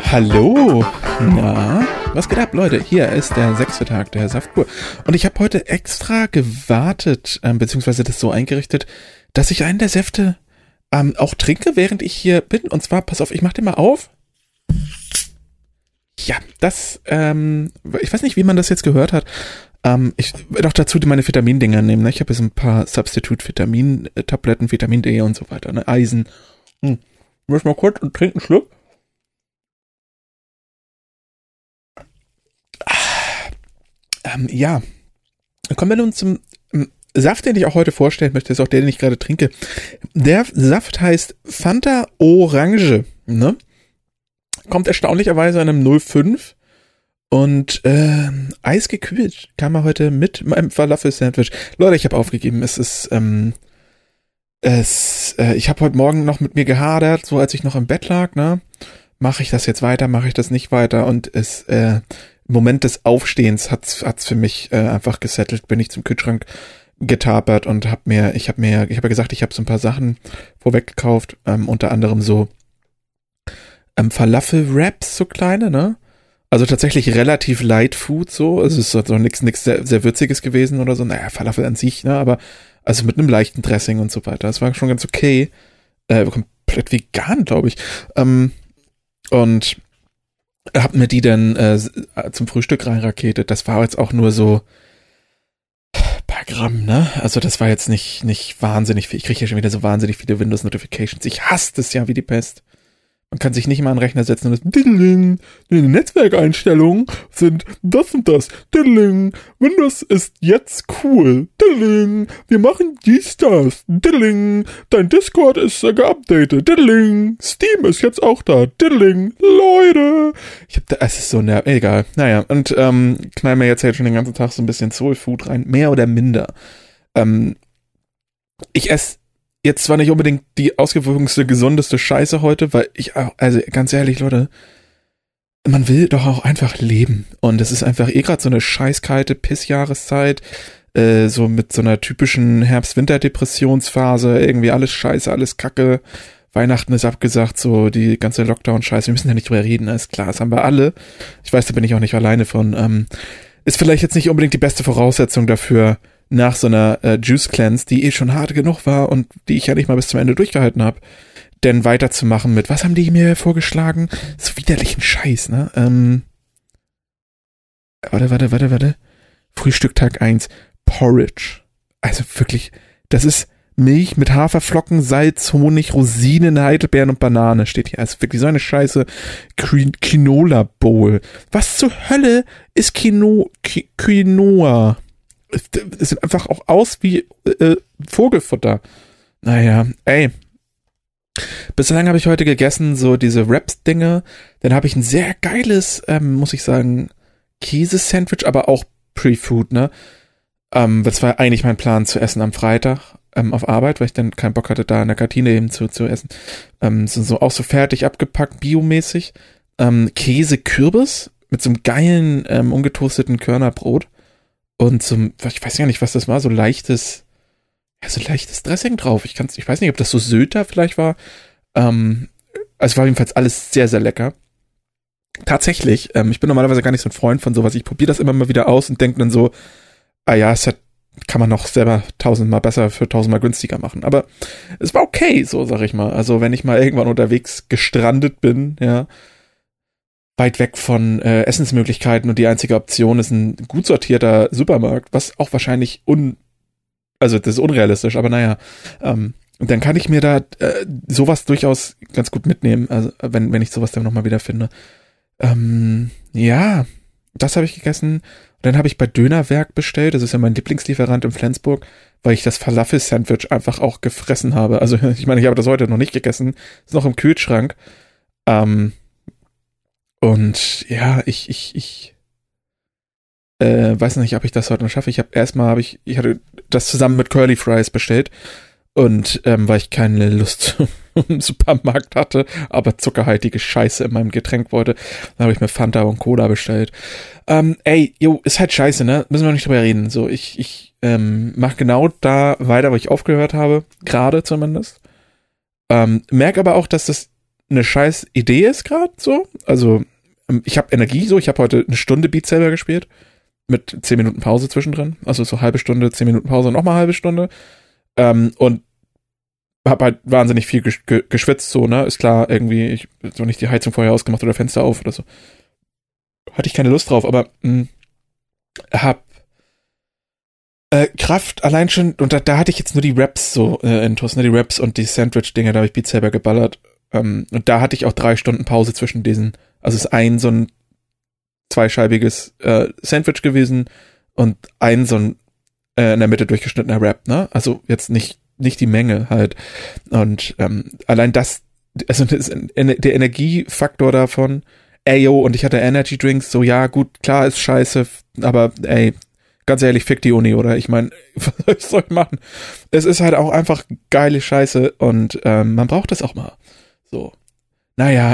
Hallo, na, was geht ab, Leute? Hier ist der 6. Tag der Saftkur und ich habe heute extra gewartet, beziehungsweise das so eingerichtet, dass ich einen der Säfte auch trinke, während ich hier bin. Und zwar, pass auf, ich mach den mal auf. Ja, das, ich weiß nicht, wie man das jetzt gehört hat. Ich will auch dazu meine Vitamindinger nehmen, ne? Ich habe jetzt ein paar Substitute-Vitamin-Tabletten, Vitamin D und so weiter, ne? Eisen. Muss mal kurz und trinken einen Schluck. Ja, kommen wir nun zum Saft, den ich auch heute vorstellen möchte, ist auch der, den ich gerade trinke. Der Saft heißt Fanta Orange, ne? Kommt erstaunlicherweise in einem 0,5 und eisgekühlt kam er heute mit meinem Falafel-Sandwich. Leute, ich habe aufgegeben. Ich habe heute Morgen noch mit mir gehadert, so als ich noch im Bett lag, ne? Mache ich das jetzt weiter, mache ich das nicht weiter? Und im Moment des Aufstehens hat's für mich einfach gesettelt, bin ich zum Kühlschrank getapert und ich habe ja gesagt, ich habe so ein paar Sachen vorweg gekauft, unter anderem so Falafel-Wraps, so kleine, ne? Also tatsächlich relativ light Food, so. Es ist so nichts sehr, sehr Würziges gewesen oder so. Naja, Falafel an sich, ne? Aber also mit einem leichten Dressing und so weiter. Das war schon ganz okay. Komplett vegan, glaube ich. Und hab mir die dann zum Frühstück reinraketet. Das war jetzt auch nur so paar Gramm, ne? Also das war jetzt nicht wahnsinnig viel. Ich kriege ja schon wieder so wahnsinnig viele Windows-Notifications. Ich hasse das ja wie die Pest. Man kann sich nicht mal an den Rechner setzen und das Diddling, die Netzwerkeinstellungen sind das und das. Diddling, Windows ist jetzt cool. Diddling, wir machen das. Diddling, dein Discord ist geupdatet. Diddling, Steam ist jetzt auch da. Diddling, Leute. Es ist so nervig, egal. Naja, und knall mir jetzt halt schon den ganzen Tag so ein bisschen Soul Food rein, mehr oder minder. Ich esse jetzt zwar nicht unbedingt die ausgewogenste, gesundeste Scheiße heute, weil also ganz ehrlich, Leute, man will doch auch einfach leben. Und es ist einfach gerade so eine scheißkalte Pissjahreszeit, so mit so einer typischen Herbst-Winter-Depressionsphase, irgendwie alles scheiße, alles kacke. Weihnachten ist abgesagt, so die ganze Lockdown-Scheiße. Wir müssen ja nicht drüber reden, ist klar, das haben wir alle. Ich weiß, da bin ich auch nicht alleine von. Ist vielleicht jetzt nicht unbedingt die beste Voraussetzung dafür, nach so einer Juice Cleanse, die schon hart genug war und die ich ja nicht mal bis zum Ende durchgehalten habe, denn weiterzumachen mit, was haben die mir vorgeschlagen? So widerlichen Scheiß, ne? Warte. Frühstück Tag 1, Porridge. Also wirklich, das ist Milch mit Haferflocken, Salz, Honig, Rosinen, Heidelbeeren und Banane steht hier. Also wirklich so eine Scheiße Quinoa Bowl. Was zur Hölle ist Quinoa? Es sieht einfach auch aus wie Vogelfutter. Naja, ey. Bislang habe ich heute gegessen, so diese Wraps-Dinge. Dann habe ich ein sehr geiles, muss ich sagen, Käse-Sandwich, aber auch Pre-Food, ne? Das war eigentlich mein Plan zu essen am Freitag auf Arbeit, weil ich dann keinen Bock hatte, da in der Kantine eben zu essen. So auch so fertig abgepackt, biomäßig. Käse-Kürbis mit so einem geilen, ungetoasteten Körnerbrot. Und ich weiß ja nicht, was das war, so leichtes Dressing drauf. Ich weiß nicht, ob das so Sylter vielleicht war. Es war jedenfalls alles sehr, sehr lecker. Tatsächlich, ich bin normalerweise gar nicht so ein Freund von sowas. Ich probiere das immer mal wieder aus und denke dann so, kann man noch selber 1000-mal besser für 1000-mal günstiger machen. Aber es war okay, so sag ich mal. Also wenn ich mal irgendwann unterwegs gestrandet bin, ja, weit weg von Essensmöglichkeiten und die einzige Option ist ein gut sortierter Supermarkt, was auch wahrscheinlich das ist unrealistisch, aber naja, und dann kann ich mir da sowas durchaus ganz gut mitnehmen, also wenn ich sowas dann nochmal wieder finde. Ja, das habe ich gegessen. Und dann habe ich bei Dönerwerk bestellt, das ist ja mein Lieblingslieferant in Flensburg, weil ich das Falafel-Sandwich einfach auch gefressen habe. Also ich meine, ich habe das heute noch nicht gegessen, ist noch im Kühlschrank. Und ja, ich weiß nicht, ob ich das heute noch schaffe. Ich hatte das zusammen mit Curly Fries bestellt und weil ich keine Lust im Supermarkt hatte, aber zuckerhaltige Scheiße in meinem Getränk wollte, dann habe ich mir Fanta und Cola bestellt. Ist halt scheiße, ne? Müssen wir nicht drüber reden. So, ich mache genau da weiter, wo ich aufgehört habe, gerade zumindest. Merke aber auch, dass das eine scheiß Idee ist gerade so. Also, ich habe Energie so. Ich habe heute eine Stunde Beat Saber gespielt. Mit 10 Minuten Pause zwischendrin. Also so halbe Stunde, 10 Minuten Pause und nochmal halbe Stunde. Und habe halt wahnsinnig viel geschwitzt, so, ne? Ist klar, irgendwie, ich so nicht die Heizung vorher ausgemacht oder Fenster auf oder so. Hatte ich keine Lust drauf, aber hab Kraft allein schon, und da hatte ich jetzt nur die Raps so intus, ne? Die Raps und die Sandwich-Dinger, da habe ich Beat Saber geballert. Und da hatte ich auch 3 Stunden Pause zwischen diesen. Also es ist ein so ein zweischeibiges Sandwich gewesen und ein so ein in der Mitte durchgeschnittener Rap, ne? Also jetzt nicht die Menge halt. Und allein das, also der Energiefaktor davon, und ich hatte Energy Drinks, so ja, gut, klar ist scheiße, aber ganz ehrlich, fick die Uni, oder? Ich meine, was soll ich machen? Es ist halt auch einfach geile Scheiße und man braucht das auch mal. So. Naja,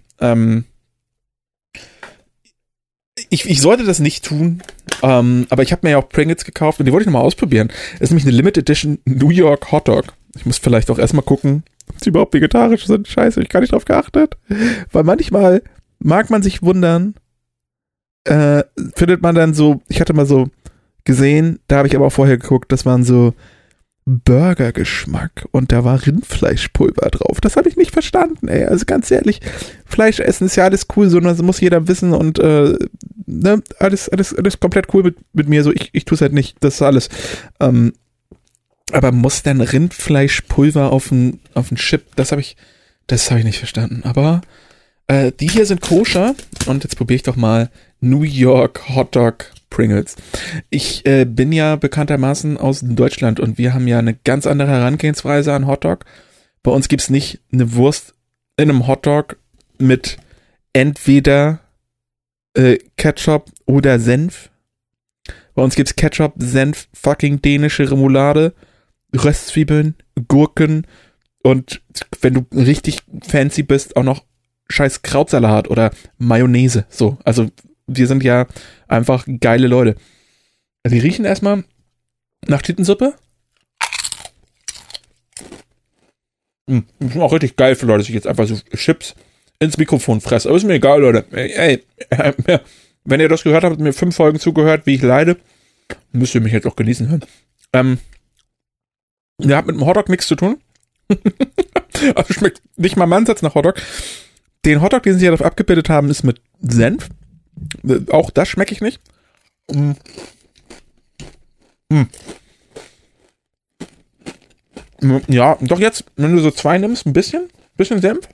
ich sollte das nicht tun, aber ich habe mir ja auch Pringles gekauft und die wollte ich nochmal ausprobieren. Das ist nämlich eine Limited Edition New York Hot Dog. Ich muss vielleicht auch erstmal gucken, ob sie überhaupt vegetarisch sind. Scheiße, ich gar nicht drauf geachtet. Weil manchmal mag man sich wundern, findet man dann so, ich hatte mal so gesehen, da habe ich aber auch vorher geguckt, das waren so Burger-Geschmack und da war Rindfleischpulver drauf. Das habe ich nicht verstanden, ey. Also ganz ehrlich, Fleisch essen ist ja alles cool, so das muss jeder wissen und ne, alles komplett cool mit mir. So, ich tue es halt nicht, das ist alles. Aber muss dann Rindfleischpulver auf ein Chip? Das habe ich nicht verstanden. Aber die hier sind koscher und jetzt probiere ich doch mal New York Hotdog Pringles. Ich bin ja bekanntermaßen aus Deutschland und wir haben ja eine ganz andere Herangehensweise an Hotdog. Bei uns gibt's nicht eine Wurst in einem Hotdog mit entweder Ketchup oder Senf. Bei uns gibt's Ketchup, Senf, fucking dänische Remoulade, Röstzwiebeln, Gurken und wenn du richtig fancy bist, auch noch scheiß Krautsalat oder Mayonnaise. So, also wir sind ja einfach geile Leute. Die riechen erstmal nach Tittensuppe. Das ist auch richtig geil für Leute, dass ich jetzt einfach so Chips ins Mikrofon fresse. Aber ist mir egal, Leute. Wenn ihr das gehört habt, mir 5 Folgen zugehört, wie ich leide, müsst ihr mich jetzt auch genießen hören. Ihr habt mit dem Hotdog nichts zu tun. Also schmeckt nicht mal im Ansatz nach Hotdog. Den Hotdog, den sie ja darauf abgebildet haben, ist mit Senf. Auch das schmecke ich nicht. Ja, doch jetzt, wenn du so 2 nimmst, ein bisschen Senf.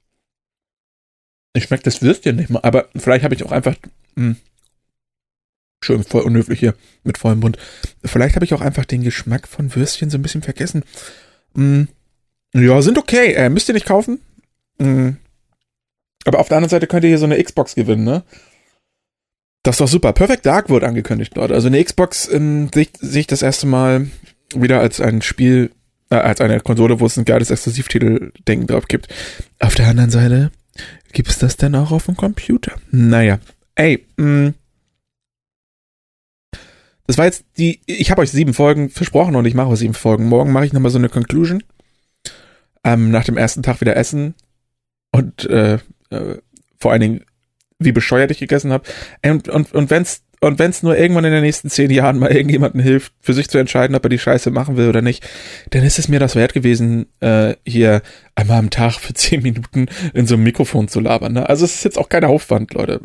Ich schmecke das Würstchen nicht mal, aber vielleicht habe ich auch einfach, schön voll unhöflich hier, mit vollem Mund. Vielleicht habe ich auch einfach den Geschmack von Würstchen so ein bisschen vergessen. Ja, sind okay, müsst ihr nicht kaufen. Aber auf der anderen Seite könnt ihr hier so eine Xbox gewinnen, ne? Das ist doch super. Perfect Dark wird angekündigt, Leute. Also eine Xbox sehe ich das erste Mal wieder als ein Spiel, als eine Konsole, wo es ein geiles Exklusivtitel-Denken drauf gibt. Auf der anderen Seite gibt es das dann auch auf dem Computer. Naja. Das war jetzt ich habe euch 7 Folgen versprochen und ich mache auch 7 Folgen. Morgen mache ich nochmal so eine Conclusion. Nach dem ersten Tag wieder essen. Und vor allen Dingen, wie bescheuert ich gegessen habe. Und wenn's nur irgendwann in den nächsten 10 Jahren mal irgendjemandem hilft, für sich zu entscheiden, ob er die Scheiße machen will oder nicht, dann ist es mir das wert gewesen, hier einmal am Tag für 10 Minuten in so einem Mikrofon zu labern. Ne? Also es ist jetzt auch kein Aufwand, Leute.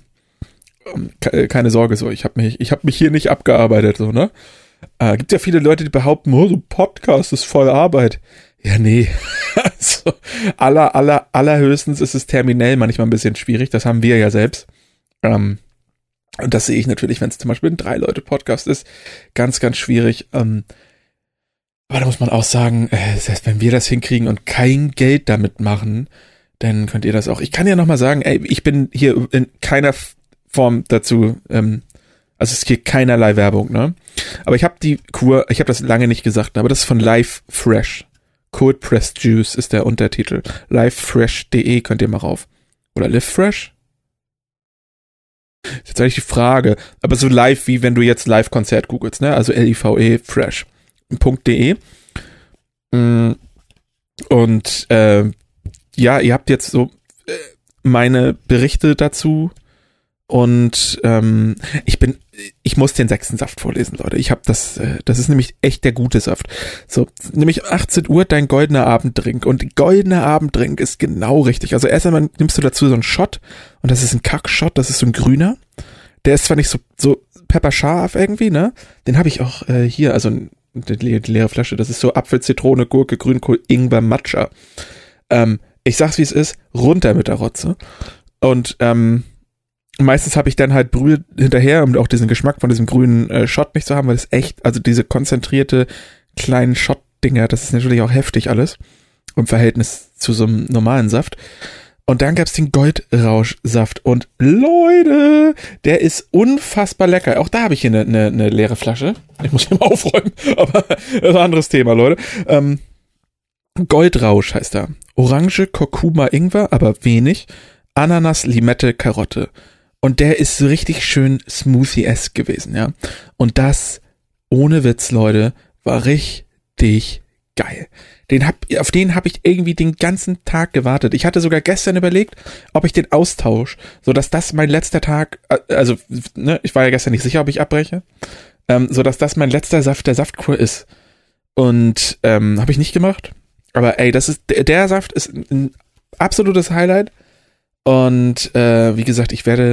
Keine Sorge, so. Ich hab mich hier nicht abgearbeitet, so, ne? Gibt ja viele Leute, die behaupten, so Podcast ist voll Arbeit. Ja, nee. Also, allerhöchstens ist es terminell manchmal ein bisschen schwierig. Das haben wir ja selbst. Und das sehe ich natürlich, wenn es zum Beispiel ein 3-Leute-Podcast ist, ganz, ganz schwierig. Aber da muss man auch sagen, selbst wenn wir das hinkriegen und kein Geld damit machen, dann könnt ihr das auch. Ich kann ja nochmal sagen, ich bin hier in keiner Form dazu, also es ist hier keinerlei Werbung, ne? Aber ich habe ich habe das lange nicht gesagt, aber das ist von Live Fresh. Cold Pressed Juice ist der Untertitel. livefresh.de könnt ihr mal rauf. Oder Live Fresh? Ist jetzt eigentlich die Frage. Aber so live, wie wenn du jetzt Live-Konzert googelst, ne? Also L-I-V-E Fresh.de. Und ja, ihr habt jetzt so meine Berichte dazu und ich muss den 6. Saft vorlesen, Leute. Ich habe das ist nämlich echt der gute Saft. So, nämlich 18 Uhr dein goldener Abenddrink und goldener Abenddrink ist genau richtig. Also erst einmal nimmst du dazu so einen Shot und das ist ein Kack-Shot, das ist so ein grüner. Der ist zwar nicht so pepperscharf irgendwie, ne? Den habe ich auch hier, also die leere Flasche, das ist so Apfel, Zitrone, Gurke, Grünkohl, Ingwer, Matcha. Ich sag's wie es ist, runter mit der Rotze. Und meistens habe ich dann halt Brühe hinterher, um auch diesen Geschmack von diesem grünen Shot nicht zu haben, weil es echt, also diese konzentrierte kleinen Shot-Dinger, das ist natürlich auch heftig alles im Verhältnis zu so einem normalen Saft. Und dann gab's den Goldrauschsaft und Leute, der ist unfassbar lecker. Auch da habe ich hier eine leere Flasche. Ich muss hier mal aufräumen, aber das ist ein anderes Thema, Leute. Goldrausch heißt er. Orange, Kurkuma, Ingwer, aber wenig. Ananas, Limette, Karotte. Und der ist so richtig schön Smoothie-esque gewesen, ja. Und das, ohne Witz, Leute, war richtig geil. Auf den habe ich irgendwie den ganzen Tag gewartet. Ich hatte sogar gestern überlegt, ob ich den austausche, sodass das mein letzter Tag, also, ne, ich war ja gestern nicht sicher, ob ich abbreche, sodass das mein letzter Saft der Saftkur ist. Und habe ich nicht gemacht. Aber ey, der Saft ist ein absolutes Highlight. Und wie gesagt,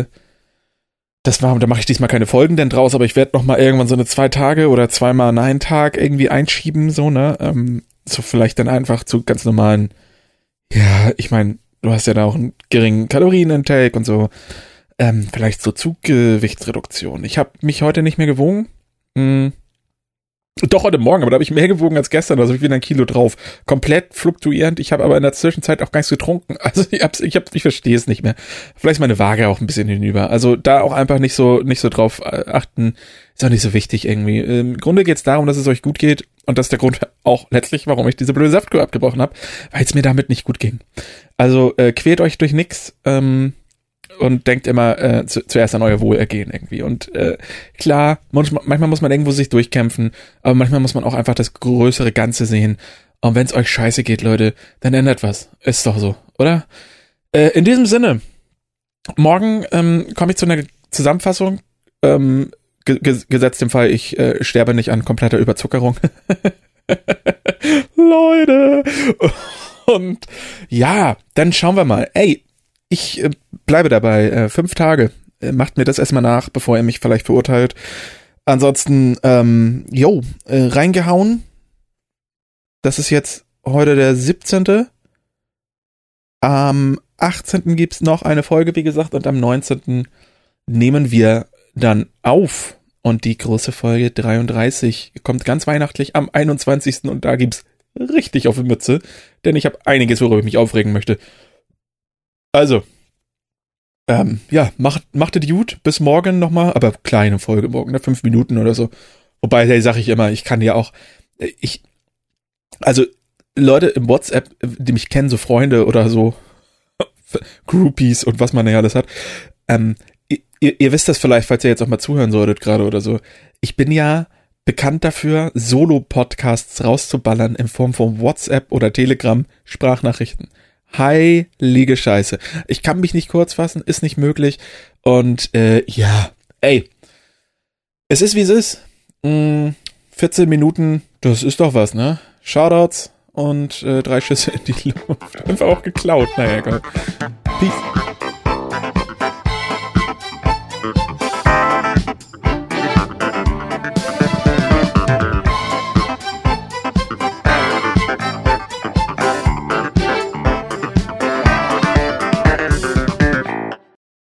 da mache ich diesmal keine Folgen denn draus, aber ich werde nochmal irgendwann so eine 2 Tage oder 2-mal einen Tag irgendwie einschieben, so, ne? So vielleicht dann einfach zu ganz normalen, ja, ich meine, du hast ja da auch einen geringen Kalorienintake und so, vielleicht so Gewichtsreduktion. Ich habe mich heute nicht mehr gewogen. Doch, heute Morgen, aber da habe ich mehr gewogen als gestern, also ich bin 1 Kilo drauf. Komplett fluktuierend. Ich habe aber in der Zwischenzeit auch gar nichts getrunken. Also ich verstehe es nicht mehr. Vielleicht ist meine Waage auch ein bisschen hinüber. Also da auch einfach nicht so drauf achten. Ist auch nicht so wichtig irgendwie. Im Grunde geht es darum, dass es euch gut geht. Und das ist der Grund auch letztlich, warum ich diese blöde Saftkur abgebrochen habe, weil es mir damit nicht gut ging. Also quält euch durch nix. Und denkt immer zuerst an euer Wohlergehen irgendwie. Und klar, manchmal muss man irgendwo sich durchkämpfen, aber manchmal muss man auch einfach das größere Ganze sehen. Und wenn es euch scheiße geht, Leute, dann ändert was. Ist doch so, oder? In diesem Sinne, morgen komme ich zu einer Zusammenfassung. Gesetzt im Fall, ich sterbe nicht an kompletter Überzuckerung. Leute! Und ja, dann schauen wir mal. Ey, ich bleibe dabei. 5 Tage. Macht mir das erstmal nach, bevor ihr mich vielleicht verurteilt. Ansonsten, reingehauen. Das ist jetzt heute der 17. Am 18. gibt's noch eine Folge, wie gesagt, und am 19. nehmen wir dann auf. Und die große Folge 33 kommt ganz weihnachtlich am 21. Und da gibt's richtig auf die Mütze, denn ich habe einiges, worüber ich mich aufregen möchte. Also, macht es gut, bis morgen nochmal, aber kleine Folge morgen, 5 Minuten oder so. Wobei, da sage ich immer, ich kann ja auch, also Leute im WhatsApp, die mich kennen, so Freunde oder so, Groupies und was man ja alles hat, ihr wisst das vielleicht, falls ihr jetzt auch mal zuhören solltet gerade oder so. Ich bin ja bekannt dafür, Solo-Podcasts rauszuballern in Form von WhatsApp oder Telegram Sprachnachrichten. Heilige Scheiße. Ich kann mich nicht kurz fassen, ist nicht möglich. Und es ist wie es ist. 14 Minuten, das ist doch was, ne? Shoutouts und 3 Schüsse in die Luft. Einfach auch geklaut, naja, egal. Peace.